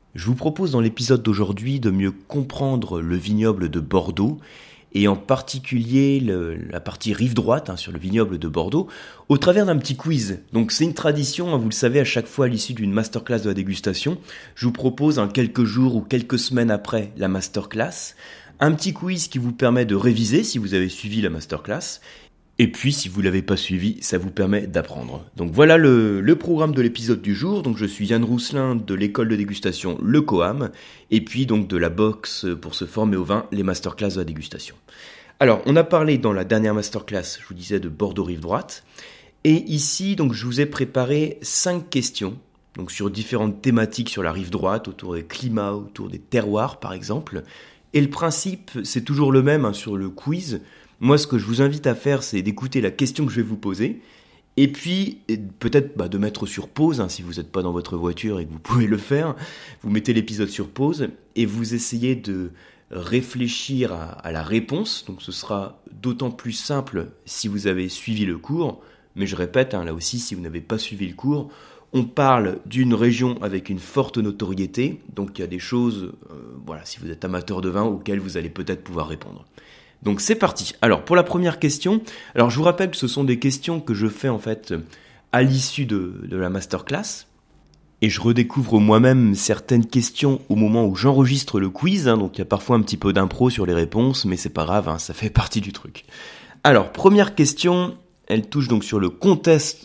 Je vous propose dans l'épisode d'aujourd'hui de mieux comprendre le vignoble de Bordeaux et en particulier la partie rive droite sur le vignoble de Bordeaux au travers d'un petit quiz. Donc c'est une tradition, vous le savez, à chaque fois à l'issue d'une masterclass de la dégustation, je vous propose quelques jours ou quelques semaines après la masterclass, un petit quiz qui vous permet de réviser si vous avez suivi la masterclass. Et puis, si vous ne l'avez pas suivi, ça vous permet d'apprendre. Donc voilà le programme de l'épisode du jour. Donc je suis Yann Rousselin de l'école de dégustation Le Coam, et puis donc de la box pour se former au vin, les masterclass de la dégustation. Alors, on a parlé dans la dernière masterclass, je vous disais, de Bordeaux rive droite. Et ici, donc je vous ai préparé 5 questions, donc sur différentes thématiques sur la rive droite, autour des climats, autour des terroirs par exemple. Et le principe, c'est toujours le même sur le quiz. Moi, ce que je vous invite à faire, c'est d'écouter la question que je vais vous poser, et puis peut-être de mettre sur pause, si vous n'êtes pas dans votre voiture et que vous pouvez le faire, vous mettez l'épisode sur pause, et vous essayez de réfléchir à la réponse, donc ce sera d'autant plus simple si vous avez suivi le cours, mais je répète, là aussi, si vous n'avez pas suivi le cours, on parle d'une région avec une forte notoriété, donc il y a des choses, si vous êtes amateur de vin, auxquelles vous allez peut-être pouvoir répondre. Donc c'est parti. Alors pour la première question, je vous rappelle que ce sont des questions que je fais en fait à l'issue de la masterclass. Et je redécouvre moi-même certaines questions au moment où j'enregistre le quiz. Donc il y a parfois un petit peu d'impro sur les réponses, mais c'est pas grave, ça fait partie du truc. Alors première question, elle touche donc sur le contexte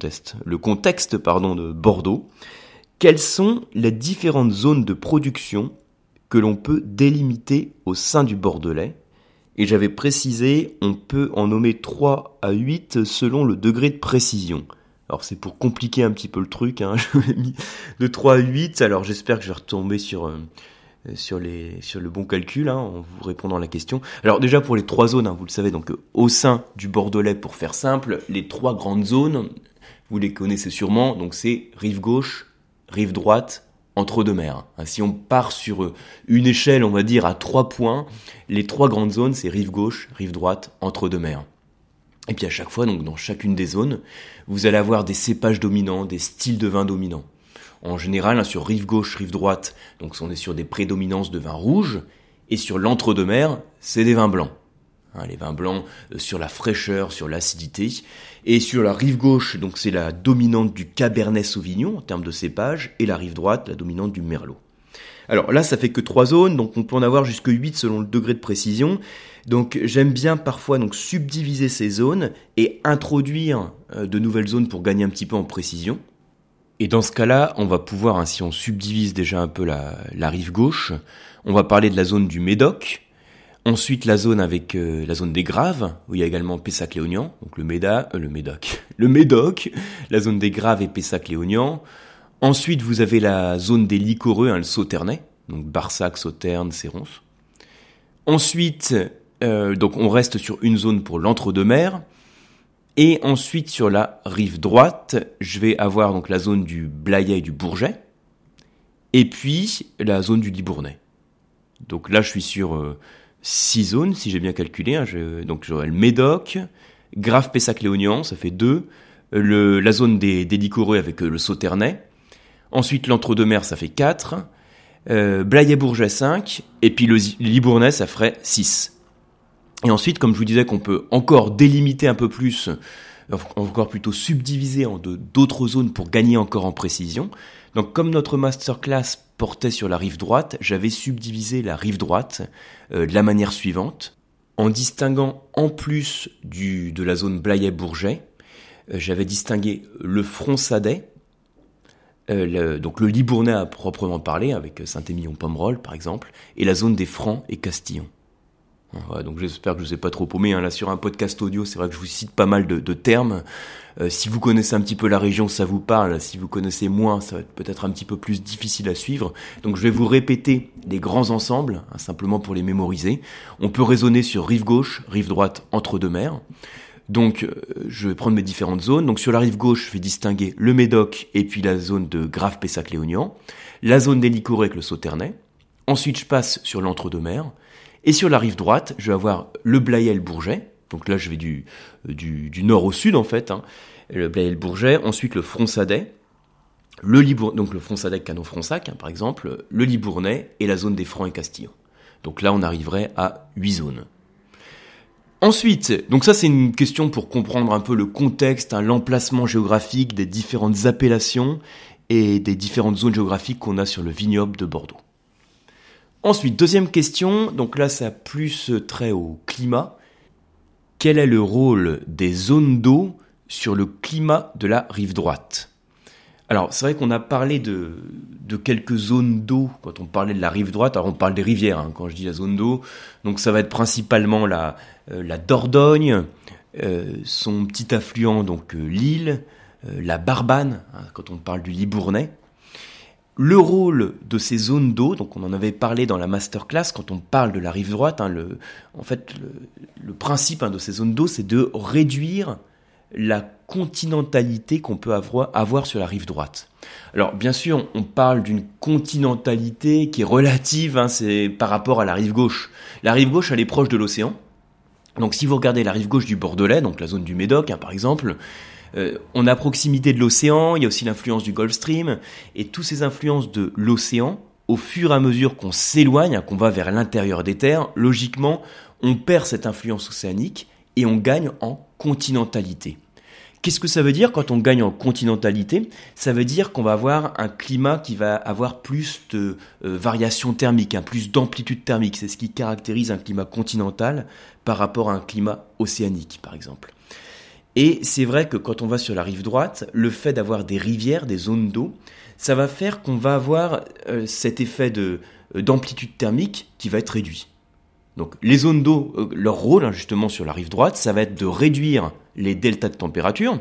de Bordeaux. Quelles sont les différentes zones de production que l'on peut délimiter au sein du Bordelais ? Et j'avais précisé, on peut en nommer 3 à 8 selon le degré de précision. Alors c'est pour compliquer un petit peu le truc, je l'ai mis de 3 à 8, alors j'espère que je vais retomber sur le bon calcul en vous répondant à la question. Alors déjà pour les 3 zones, vous le savez, donc au sein du Bordelais, pour faire simple, les 3 grandes zones, vous les connaissez sûrement, donc c'est rive gauche, rive droite, entre-deux-mers. Si on part sur une échelle, on va dire, à 3 points, les 3 grandes zones, c'est rive gauche, rive droite, entre-deux-mers. Et puis à chaque fois, donc dans chacune des zones, vous allez avoir des cépages dominants, des styles de vin dominants. En général, sur rive gauche, rive droite, donc on est sur des prédominances de vins rouges, et sur l'entre-deux-mers, c'est des vins blancs. Les vins blancs sur la fraîcheur, sur l'acidité. Et sur la rive gauche, donc c'est la dominante du Cabernet Sauvignon en termes de cépage, et la rive droite, la dominante du Merlot. Alors là, ça fait que 3 zones, donc on peut en avoir jusque 8 selon le degré de précision. Donc j'aime bien parfois subdiviser ces zones et introduire de nouvelles zones pour gagner un petit peu en précision. Et dans ce cas-là, on va pouvoir, si on subdivise déjà un peu la rive gauche, on va parler de la zone du Médoc. Ensuite, la zone avec la zone des Graves, où il y a également Pessac-Léognan, donc le Médoc, la zone des Graves et Pessac-Léognan. Ensuite, vous avez la zone des liquoreux, le Sauternais, donc Barsac, Sauternes, Séronce. Ensuite, donc on reste sur une zone pour l'entre-deux-mers. Et ensuite, sur la rive droite, je vais avoir donc la zone du Blayais et du Bourget. Et puis, la zone du Libournais. Donc là, je suis sur 6 zones, si j'ai bien calculé. Donc j'aurai le Médoc, Graves, Pessac-Léognan, ça fait 2. La zone des liquoreux avec le Sauternais. Ensuite, l'entre-deux-mers, ça fait 4. Blayais-Bourget, 5. Et puis le Libournais, ça ferait 6. Et ensuite, comme je vous disais qu'on peut encore délimiter un peu plus, encore plutôt subdiviser en d'autres zones pour gagner encore en précision. Donc comme notre masterclass portait sur la rive droite, j'avais subdivisé la rive droite de la manière suivante. En distinguant en plus de la zone Blayais-Bourget, j'avais distingué le Fronçadet, donc le Libournais à proprement parler, avec Saint-Émilion-Pomerol par exemple, et la zone des Francs et Castillon. Voilà, donc j'espère que je ne vous ai pas trop paumé. Là sur un podcast audio, c'est vrai que je vous cite pas mal de termes. Si vous connaissez un petit peu la région, ça vous parle. Si vous connaissez moins, ça va être peut-être un petit peu plus difficile à suivre. Donc je vais vous répéter les grands ensembles, simplement pour les mémoriser. On peut raisonner sur rive gauche, rive droite, entre-deux-mers. Donc je vais prendre mes différentes zones. Donc sur la rive gauche, je vais distinguer le Médoc et puis la zone de Graves, Pessac-Léognan. La zone des liquoreux avec le Sauternais. Ensuite, je passe sur l'entre-deux-mers. Et sur la rive droite, je vais avoir le Blayais et le Bourget. Donc là, je vais du nord au sud, en fait. Le Blayais et le Bourget. Ensuite, le Fronçadet, donc le Fronsadec Canon-Fronsac, par exemple, le Libournais et la zone des Francs et Castillon. Donc là, on arriverait à 8 zones. Ensuite, donc ça c'est une question pour comprendre un peu le contexte, l'emplacement géographique des différentes appellations et des différentes zones géographiques qu'on a sur le vignoble de Bordeaux. Ensuite, deuxième question, donc là ça a plus trait au climat. Quel est le rôle des zones d'eau sur le climat de la rive droite ? Alors, c'est vrai qu'on a parlé de quelques zones d'eau quand on parlait de la rive droite. Alors, on parle des rivières quand je dis la zone d'eau. Donc, ça va être principalement la Dordogne, son petit affluent, donc l'Isle, la Barbanne, quand on parle du Libournais. Le rôle de ces zones d'eau, donc on en avait parlé dans la masterclass quand on parle de la rive droite. Le principe de ces zones d'eau, c'est de réduire la continentalité qu'on peut avoir sur la rive droite. Alors bien sûr, on parle d'une continentalité qui est relative, c'est par rapport à la rive gauche. La rive gauche, elle est proche de l'océan. Donc si vous regardez la rive gauche du Bordelais, donc la zone du Médoc par exemple, on est à proximité de l'océan, il y a aussi l'influence du Gulf Stream, et toutes ces influences de l'océan, au fur et à mesure qu'on s'éloigne, qu'on va vers l'intérieur des terres, logiquement, on perd cette influence océanique et on gagne en continentalité. Qu'est-ce que ça veut dire quand on gagne en continentalité ? Ça veut dire qu'on va avoir un climat qui va avoir plus de variations thermiques, plus d'amplitude thermique. C'est ce qui caractérise un climat continental par rapport à un climat océanique, par exemple. Et c'est vrai que quand on va sur la rive droite, le fait d'avoir des rivières, des zones d'eau, ça va faire qu'on va avoir cet effet d'amplitude thermique qui va être réduit. Donc les zones d'eau, leur rôle justement sur la rive droite, ça va être de réduire les deltas de température.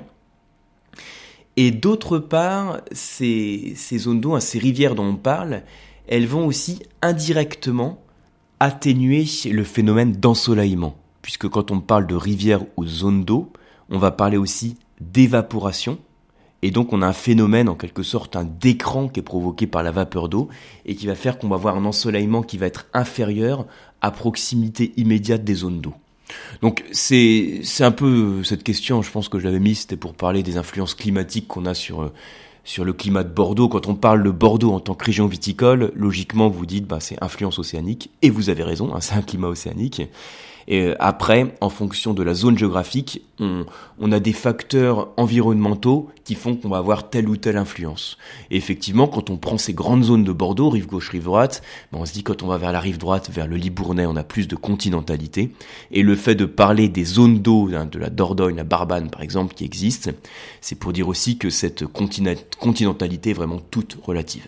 Et d'autre part, ces zones d'eau, ces rivières dont on parle, elles vont aussi indirectement atténuer le phénomène d'ensoleillement. Puisque quand on parle de rivières ou de zones d'eau, on va parler aussi d'évaporation. Et donc on a un phénomène, en quelque sorte, un d'écran qui est provoqué par la vapeur d'eau et qui va faire qu'on va avoir un ensoleillement qui va être inférieur à proximité immédiate des zones d'eau. Donc c'est un peu cette question, je pense que je l'avais mise, c'était pour parler des influences climatiques qu'on a sur le climat de Bordeaux. Quand on parle de Bordeaux en tant que région viticole, logiquement vous dites c'est influence océanique, et vous avez raison, c'est un climat océanique. Et après, en fonction de la zone géographique, on a des facteurs environnementaux qui font qu'on va avoir telle ou telle influence. Et effectivement, quand on prend ces grandes zones de Bordeaux, rive gauche, rive droite, on se dit quand on va vers la rive droite, vers le Libournais, on a plus de continentalité. Et le fait de parler des zones d'eau, de la Dordogne, la Barbanne par exemple, qui existent, c'est pour dire aussi que cette continentalité est vraiment toute relative.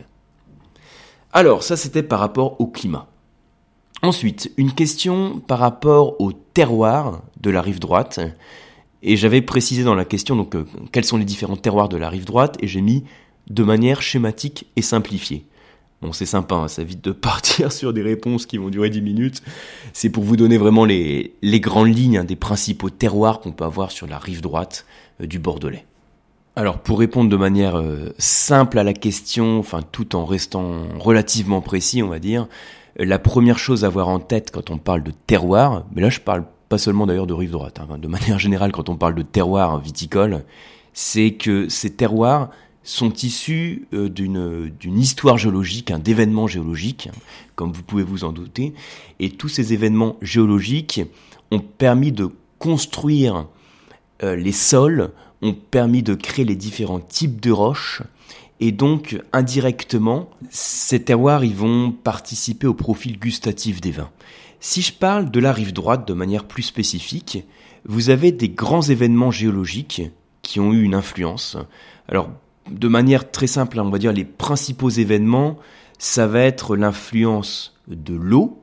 Alors, ça c'était par rapport au climat. Ensuite, une question par rapport au terroir de la rive droite. Et j'avais précisé dans la question quels sont les différents terroirs de la rive droite, et j'ai mis de manière schématique et simplifiée. Bon, c'est sympa, ça évite de partir sur des réponses qui vont durer 10 minutes. C'est pour vous donner vraiment les grandes lignes des principaux terroirs qu'on peut avoir sur la rive droite du Bordelais. Alors, pour répondre de manière simple à la question, tout en restant relativement précis, on va dire, la première chose à avoir en tête quand on parle de terroir, mais là je parle pas seulement d'ailleurs de rive droite, de manière générale quand on parle de terroir viticole, c'est que ces terroirs sont issus d'une histoire géologique, d'événements géologiques, comme vous pouvez vous en douter, et tous ces événements géologiques ont permis de construire les sols, ont permis de créer les différents types de roches. Et donc, indirectement, ces terroirs ils vont participer au profil gustatif des vins. Si je parle de la rive droite de manière plus spécifique, vous avez des grands événements géologiques qui ont eu une influence. Alors, de manière très simple, on va dire les principaux événements, ça va être l'influence de l'eau.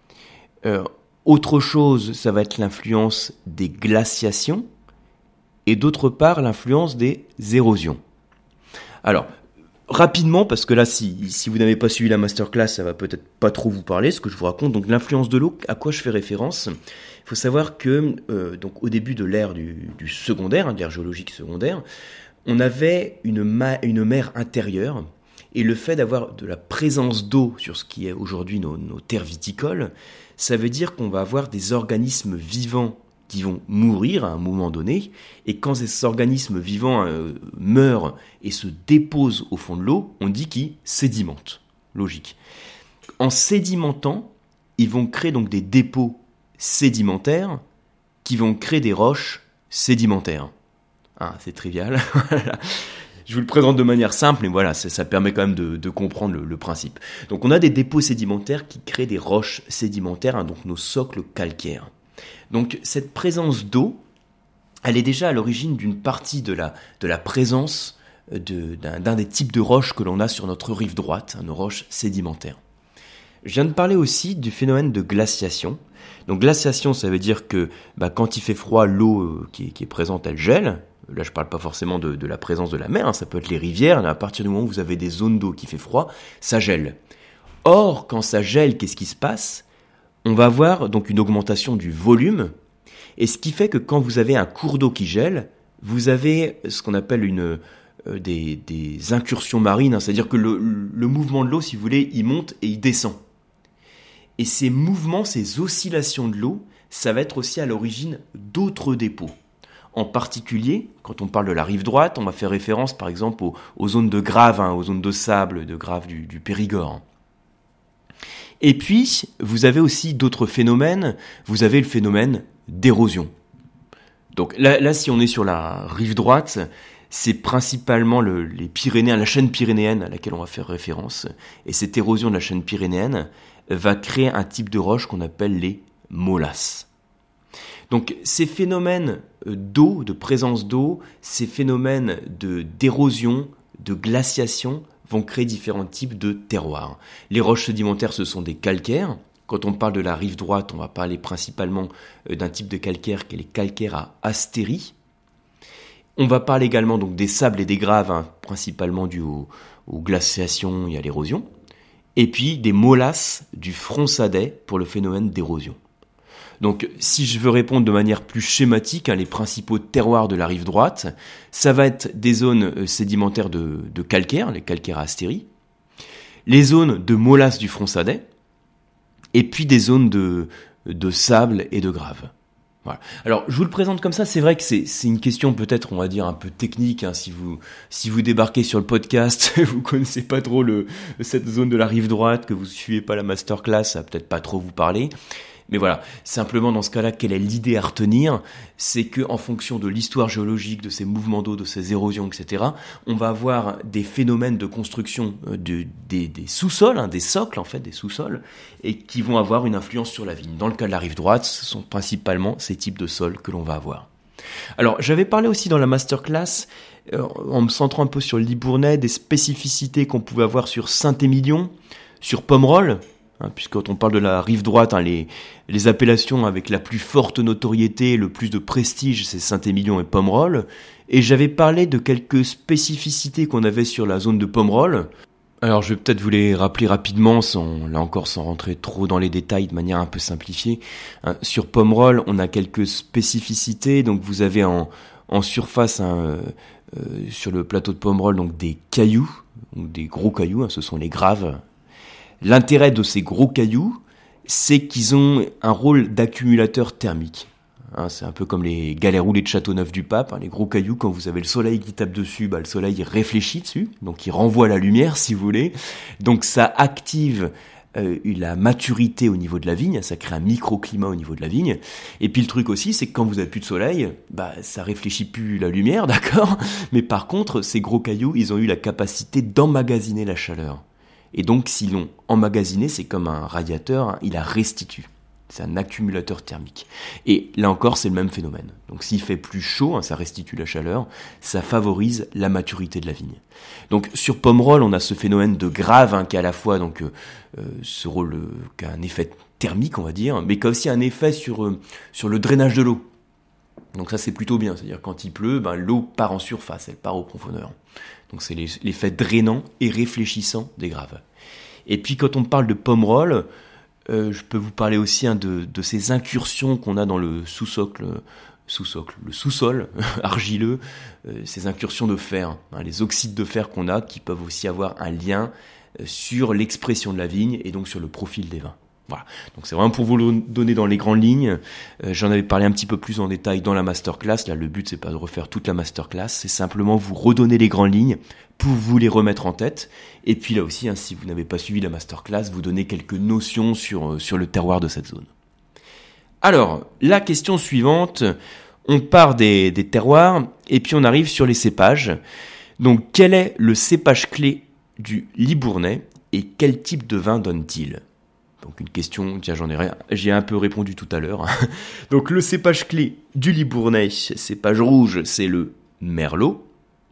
Autre chose, ça va être l'influence des glaciations. Et d'autre part, l'influence des érosions. Alors, rapidement, parce que là, si vous n'avez pas suivi la masterclass, ça va peut-être pas trop vous parler, ce que je vous raconte. Donc, l'influence de l'eau, à quoi je fais référence ? Il faut savoir que, donc, au début de l'ère du secondaire, de l'ère géologique secondaire, on avait une mer intérieure, et le fait d'avoir de la présence d'eau sur ce qui est aujourd'hui nos terres viticoles, ça veut dire qu'on va avoir des organismes vivants qui vont mourir à un moment donné, et quand ces organismes vivants meurent et se déposent au fond de l'eau, on dit qu'ils sédimentent. Logique. En sédimentant, ils vont créer donc des dépôts sédimentaires qui vont créer des roches sédimentaires. Ah, c'est trivial. Je vous le présente de manière simple, mais voilà, ça permet quand même de comprendre le principe. Donc on a des dépôts sédimentaires qui créent des roches sédimentaires, hein, donc nos socles calcaires. Donc cette présence d'eau, elle est déjà à l'origine d'une partie de la présence d'un des types de roches que l'on a sur notre rive droite, hein, nos roches sédimentaires. Je viens de parler aussi du phénomène de glaciation. Donc glaciation, ça veut dire que quand il fait froid, l'eau qui est présente, elle gèle. Là, je ne parle pas forcément de la présence de la mer, hein, ça peut être les rivières. À partir du moment où vous avez des zones d'eau qui fait froid, ça gèle. Or, quand ça gèle, qu'est-ce qui se passe ? On va avoir donc une augmentation du volume, et ce qui fait que quand vous avez un cours d'eau qui gèle, vous avez ce qu'on appelle des incursions marines, hein, c'est-à-dire que le mouvement de l'eau, si vous voulez, il monte et il descend. Et ces mouvements, ces oscillations de l'eau, ça va être aussi à l'origine d'autres dépôts. En particulier, quand on parle de la rive droite, on va faire référence par exemple aux zones de graves, hein, aux zones de sable, de graves du Périgord. Et puis, vous avez aussi d'autres phénomènes. Vous avez le phénomène d'érosion. Donc là, si on est sur la rive droite, c'est principalement les Pyrénéens, la chaîne pyrénéenne à laquelle on va faire référence. Et cette érosion de la chaîne pyrénéenne va créer un type de roche qu'on appelle les molasses. Donc ces phénomènes d'eau, de présence d'eau, ces phénomènes d'érosion, de glaciation vont créer différents types de terroirs. Les roches sédimentaires, ce sont des calcaires. Quand on parle de la rive droite, on va parler principalement d'un type de calcaire qui est les calcaires à astéries. On va parler également donc des sables et des graves, hein, principalement dus aux glaciations et à l'érosion. Et puis des molasses du Fronsadet pour le phénomène d'érosion. Donc, si je veux répondre de manière plus schématique, hein, les principaux terroirs de la rive droite, ça va être des zones sédimentaires de calcaire, les calcaires à astéries, les zones de molasses du Fronsadet, et puis des zones de sable et de graves. Voilà. Alors, je vous le présente comme ça, c'est vrai que c'est une question peut-être, on va dire, un peu technique, hein, si vous débarquez sur le podcast, vous connaissez pas trop cette zone de la rive droite, que vous suivez pas la masterclass, ça va peut-être pas trop vous parler. Mais voilà, simplement dans ce cas-là, quelle est l'idée à retenir ? C'est que en fonction de l'histoire géologique, de ces mouvements d'eau, de ces érosions, etc., on va avoir des phénomènes de construction des sous-sols, hein, des socles en fait, des sous-sols, et qui vont avoir une influence sur la vigne. Dans le cas de la rive droite, ce sont principalement ces types de sols que l'on va avoir. Alors, j'avais parlé aussi dans la masterclass, en me centrant un peu sur le Libournais, des spécificités qu'on pouvait avoir sur Saint-Émilion, sur Pomerol, puisque quand on parle de la rive droite, hein, les appellations avec la plus forte notoriété, le plus de prestige, c'est Saint-Émilion et Pomerol. Et j'avais parlé de quelques spécificités qu'on avait sur la zone de Pomerol. Alors je vais peut-être vous les rappeler rapidement, sans rentrer trop dans les détails, de manière un peu simplifiée. Sur Pomerol, on a quelques spécificités. Donc vous avez en surface, sur le plateau de Pomerol, donc des cailloux, donc des gros cailloux, hein, ce sont les graves. L'intérêt de ces gros cailloux, c'est qu'ils ont un rôle d'accumulateur thermique. Hein, c'est un peu comme les galets roulés de Châteauneuf-du-Pape, hein, les gros cailloux, quand vous avez le soleil qui tape dessus, le soleil il réfléchit dessus, donc il renvoie la lumière si vous voulez. Donc ça active la maturité au niveau de la vigne, ça crée un microclimat au niveau de la vigne. Et puis le truc aussi, c'est que quand vous avez plus de soleil, ça réfléchit plus la lumière, d'accord ? Mais par contre, ces gros cailloux, ils ont eu la capacité d'emmagasiner la chaleur. Et donc, s'ils l'ont emmagasiné, c'est comme un radiateur, hein, il la restitue. C'est un accumulateur thermique. Et là encore, c'est le même phénomène. Donc, s'il fait plus chaud, hein, ça restitue la chaleur, ça favorise la maturité de la vigne. Donc, sur Pomerol, on a ce phénomène de grave, hein, qui a à la fois donc ce rôle, qui a un effet thermique, on va dire, mais qui a aussi un effet sur le drainage de l'eau. Donc ça, c'est plutôt bien. C'est-à-dire, quand il pleut, l'eau part en surface, elle part aux profondeurs. Donc c'est l'effet drainant et réfléchissant des graves. Et puis quand on parle de Pomerol, je peux vous parler aussi de ces incursions qu'on a dans le le sous-sol argileux, ces incursions de fer, hein, les oxydes de fer qu'on a, qui peuvent aussi avoir un lien sur l'expression de la vigne et donc sur le profil des vins. Voilà, donc c'est vraiment pour vous le donner dans les grandes lignes. J'en avais parlé un petit peu plus en détail dans la masterclass. Là, le but, c'est pas de refaire toute la masterclass, c'est simplement vous redonner les grandes lignes pour vous les remettre en tête. Et puis là aussi, si vous n'avez pas suivi la masterclass, vous donner quelques notions sur le terroir de cette zone. Alors, la question suivante, on part des terroirs et puis on arrive sur les cépages. Donc, quel est le cépage clé du Libournais et quel type de vin donne-t-il ? Donc une question, tiens j'y ai un peu répondu tout à l'heure. Donc le cépage clé du Libournais, cépage rouge, c'est le Merlot.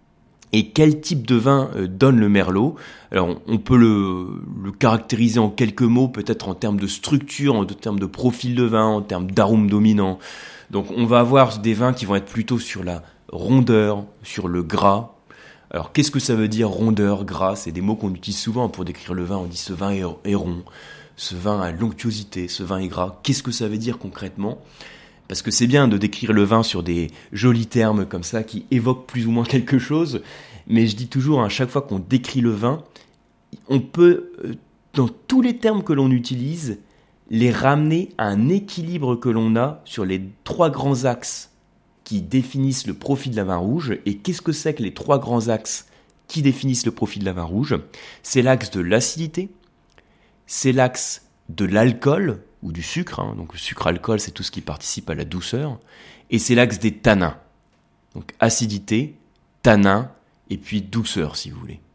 Et quel type de vin donne le Merlot ? Alors on peut le caractériser en quelques mots, peut-être en termes de structure, en termes de profil de vin, en termes d'arôme dominant. Donc on va avoir des vins qui vont être plutôt sur la rondeur, sur le gras. Alors qu'est-ce que ça veut dire rondeur, gras ? C'est des mots qu'on utilise souvent pour décrire le vin, on dit ce vin est rond. Ce vin a l'onctuosité, ce vin est gras. Qu'est-ce que ça veut dire concrètement ? Parce que c'est bien de décrire le vin sur des jolis termes comme ça qui évoquent plus ou moins quelque chose. Mais je dis toujours, à chaque fois qu'on décrit le vin, on peut, dans tous les termes que l'on utilise, les ramener à un équilibre que l'on a sur les 3 grands axes qui définissent le profil d'un vin rouge. Et qu'est-ce que c'est que les 3 grands axes qui définissent le profil d'un vin rouge ? C'est l'axe de l'acidité, c'est l'axe de l'alcool ou du sucre, donc le sucre-alcool c'est tout ce qui participe à la douceur, et c'est l'axe des tanins, donc acidité, tanin, et puis douceur si vous voulez.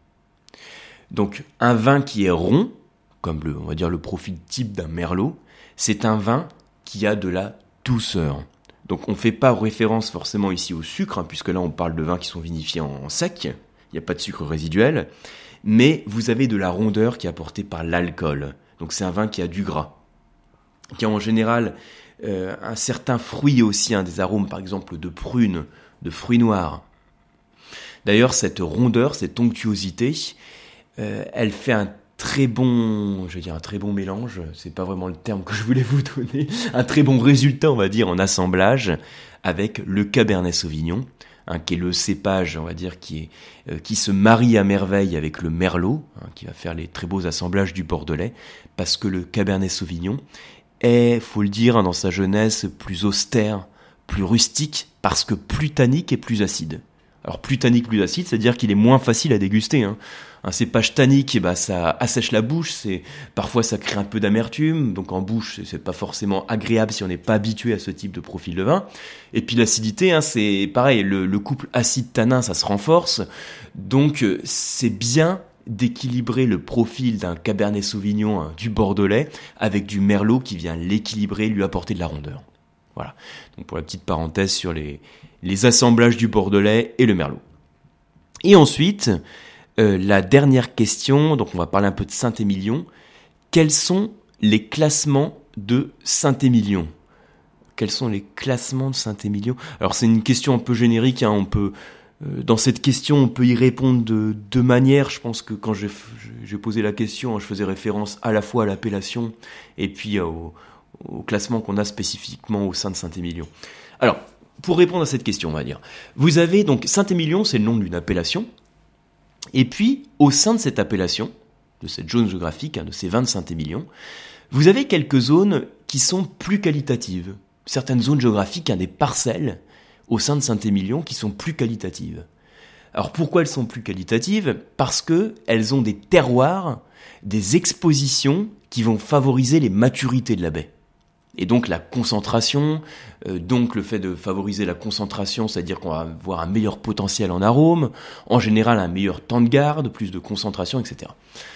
Donc un vin qui est rond, comme on va dire le profil type d'un merlot, c'est un vin qui a de la douceur. Donc on ne fait pas référence forcément ici au sucre, puisque là on parle de vins qui sont vinifiés en sec, il n'y a pas de sucre résiduel, mais vous avez de la rondeur qui est apportée par l'alcool. Donc c'est un vin qui a du gras, qui a en général un certain fruit aussi, des arômes par exemple de prunes, de fruits noirs. D'ailleurs cette rondeur, cette onctuosité, elle fait un très bon mélange, c'est pas vraiment le terme que je voulais vous donner, un très bon résultat on va dire en assemblage avec le Cabernet Sauvignon. Qui est le cépage, on va dire, qui se marie à merveille avec le Merlot, qui va faire les très beaux assemblages du Bordelais, parce que le Cabernet Sauvignon est, faut le dire, dans sa jeunesse, plus austère, plus rustique, parce que plus tannique et plus acide. Alors plus tannique, plus acide, c'est-à-dire qu'il est moins facile à déguster. Un cépage tannique, ça assèche la bouche, parfois ça crée un peu d'amertume, donc en bouche c'est pas forcément agréable si on n'est pas habitué à ce type de profil de vin. Et puis l'acidité, c'est pareil, le couple acide-tanin ça se renforce, donc c'est bien d'équilibrer le profil d'un Cabernet Sauvignon du Bordelais avec du Merlot qui vient l'équilibrer, lui apporter de la rondeur. Voilà, donc pour la petite parenthèse sur les assemblages du Bordelais et le Merlot. Et ensuite, la dernière question, donc on va parler un peu de Saint-Émilion. Quels sont les classements de Saint-Émilion ? Quels sont les classements de Saint-Émilion ? Alors c'est une question un peu générique, on peut, dans cette question on peut y répondre de deux manières. Je pense que quand j'ai posé la question, je faisais référence à la fois à l'appellation et puis au classement qu'on a spécifiquement au sein de Saint-Émilion. Alors, pour répondre à cette question, on va dire, vous avez donc Saint-Émilion, c'est le nom d'une appellation, et puis au sein de cette appellation, de cette zone géographique, de ces vins de Saint-Émilion, vous avez quelques zones qui sont plus qualitatives. Certaines zones géographiques, des parcelles au sein de Saint-Émilion qui sont plus qualitatives. Alors pourquoi elles sont plus qualitatives ? Parce qu'elles ont des terroirs, des expositions qui vont favoriser les maturités de la baie. Et donc la concentration, donc le fait de favoriser la concentration, c'est-à-dire qu'on va avoir un meilleur potentiel en arôme, en général un meilleur temps de garde, plus de concentration, etc.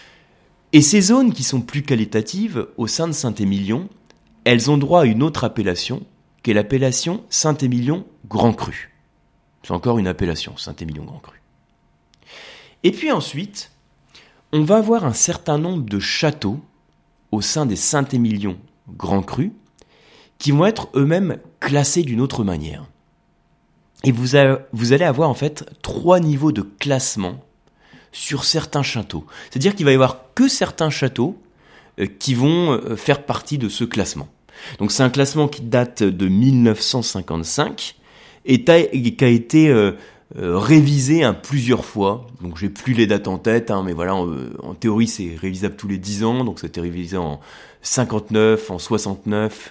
Et ces zones qui sont plus qualitatives au sein de Saint-Émilion, elles ont droit à une autre appellation, qui est l'appellation Saint-Émilion Grand Cru. C'est encore une appellation, Saint-Émilion Grand Cru. Et puis ensuite, on va avoir un certain nombre de châteaux au sein des Saint-Émilion Grand Cru, qui vont être eux-mêmes classés d'une autre manière. Et vous allez avoir en fait 3 niveaux de classement sur certains châteaux. C'est-à-dire qu'il va y avoir que certains châteaux qui vont faire partie de ce classement. Donc c'est un classement qui date de 1955 et qui a été révisé plusieurs fois. Donc j'ai plus les dates en tête, mais voilà, en théorie c'est révisable tous les 10 ans, donc c'était révisé en 59, en 69,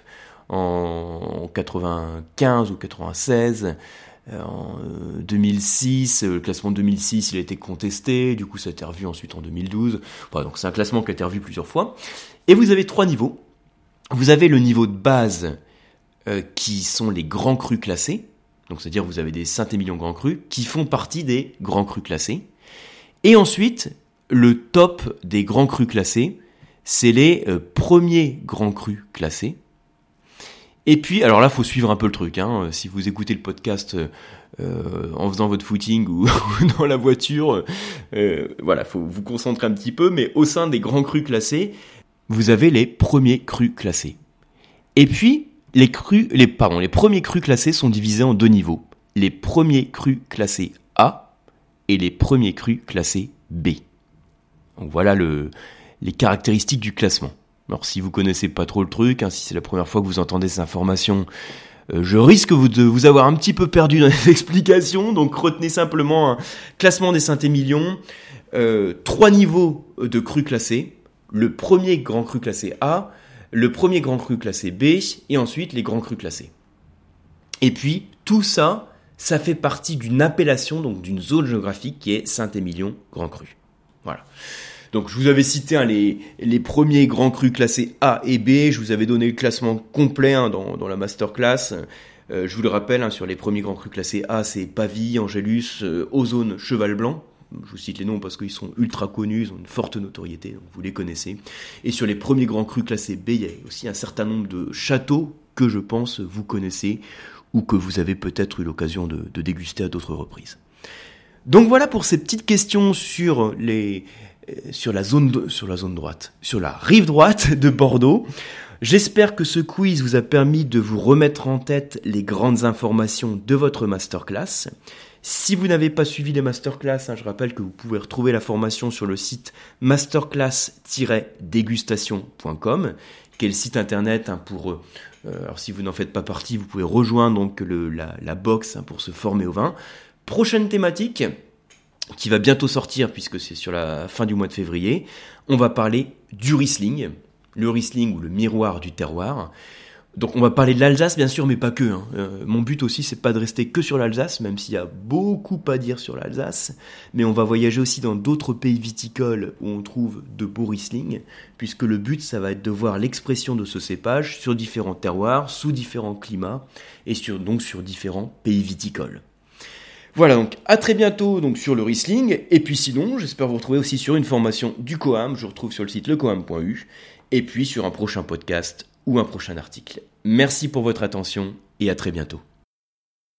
en 95 ou 96, en 2006, le classement de 2006 il a été contesté, du coup ça a été revu ensuite en 2012, enfin, donc c'est un classement qui a été revu plusieurs fois. Et vous avez 3 niveaux. Vous avez le niveau de base qui sont les grands crus classés, donc c'est-à-dire vous avez des Saint-Émilion grands crus qui font partie des grands crus classés. Et ensuite, le top des grands crus classés, c'est les premiers grands crus classés. Et puis, alors là, faut suivre un peu le truc. Si vous écoutez le podcast en faisant votre footing ou dans la voiture, voilà, faut vous concentrer un petit peu. Mais au sein des grands crus classés, vous avez les premiers crus classés. Et puis, les premiers crus classés sont divisés en 2 niveaux. Les premiers crus classés A et les premiers crus classés B. Donc voilà les caractéristiques du classement. Alors si vous connaissez pas trop le truc, si c'est la première fois que vous entendez ces informations, je risque de vous avoir un petit peu perdu dans les explications, donc retenez simplement un classement des Saint-Émilion, 3 niveaux de crus classés, le premier grand cru classé A, le premier grand cru classé B, et ensuite les grands crus classés. Et puis, tout ça, ça fait partie d'une appellation, donc d'une zone géographique qui est Saint-Émilion Grand Cru. Voilà. Donc, je vous avais cité les premiers grands crus classés A et B, je vous avais donné le classement complet dans la masterclass. Je vous le rappelle, sur les premiers grands crus classés A, c'est Pavie, Angélus, Ozone, Cheval Blanc. Je vous cite les noms parce qu'ils sont ultra connus, ils ont une forte notoriété, donc vous les connaissez. Et sur les premiers grands crus classés B, il y a aussi un certain nombre de châteaux que je pense vous connaissez ou que vous avez peut-être eu l'occasion de déguster à d'autres reprises. Donc voilà pour ces petites questions sur la rive droite de Bordeaux. J'espère que ce quiz vous a permis de vous remettre en tête les grandes informations de votre masterclass. Si vous n'avez pas suivi les masterclass, je rappelle que vous pouvez retrouver la formation sur le site masterclass-dégustation.com, qui est le site internet pour... alors si vous n'en faites pas partie, vous pouvez rejoindre donc la box pour se former au vin. Prochaine thématique, qui va bientôt sortir puisque c'est sur la fin du mois de février, on va parler du Riesling, le Riesling ou le miroir du terroir. Donc on va parler de l'Alsace bien sûr, mais pas que. Mon but aussi c'est pas de rester que sur l'Alsace, même s'il y a beaucoup à dire sur l'Alsace, mais on va voyager aussi dans d'autres pays viticoles où on trouve de beaux Riesling, puisque le but ça va être de voir l'expression de ce cépage sur différents terroirs, sous différents climats, et donc sur différents pays viticoles. Voilà, donc à très bientôt donc sur le Riesling, et puis sinon j'espère vous retrouver aussi sur une formation du Coam, je vous retrouve sur le site lecoam.eu, et puis sur un prochain podcast ou un prochain article. Merci pour votre attention et à très bientôt.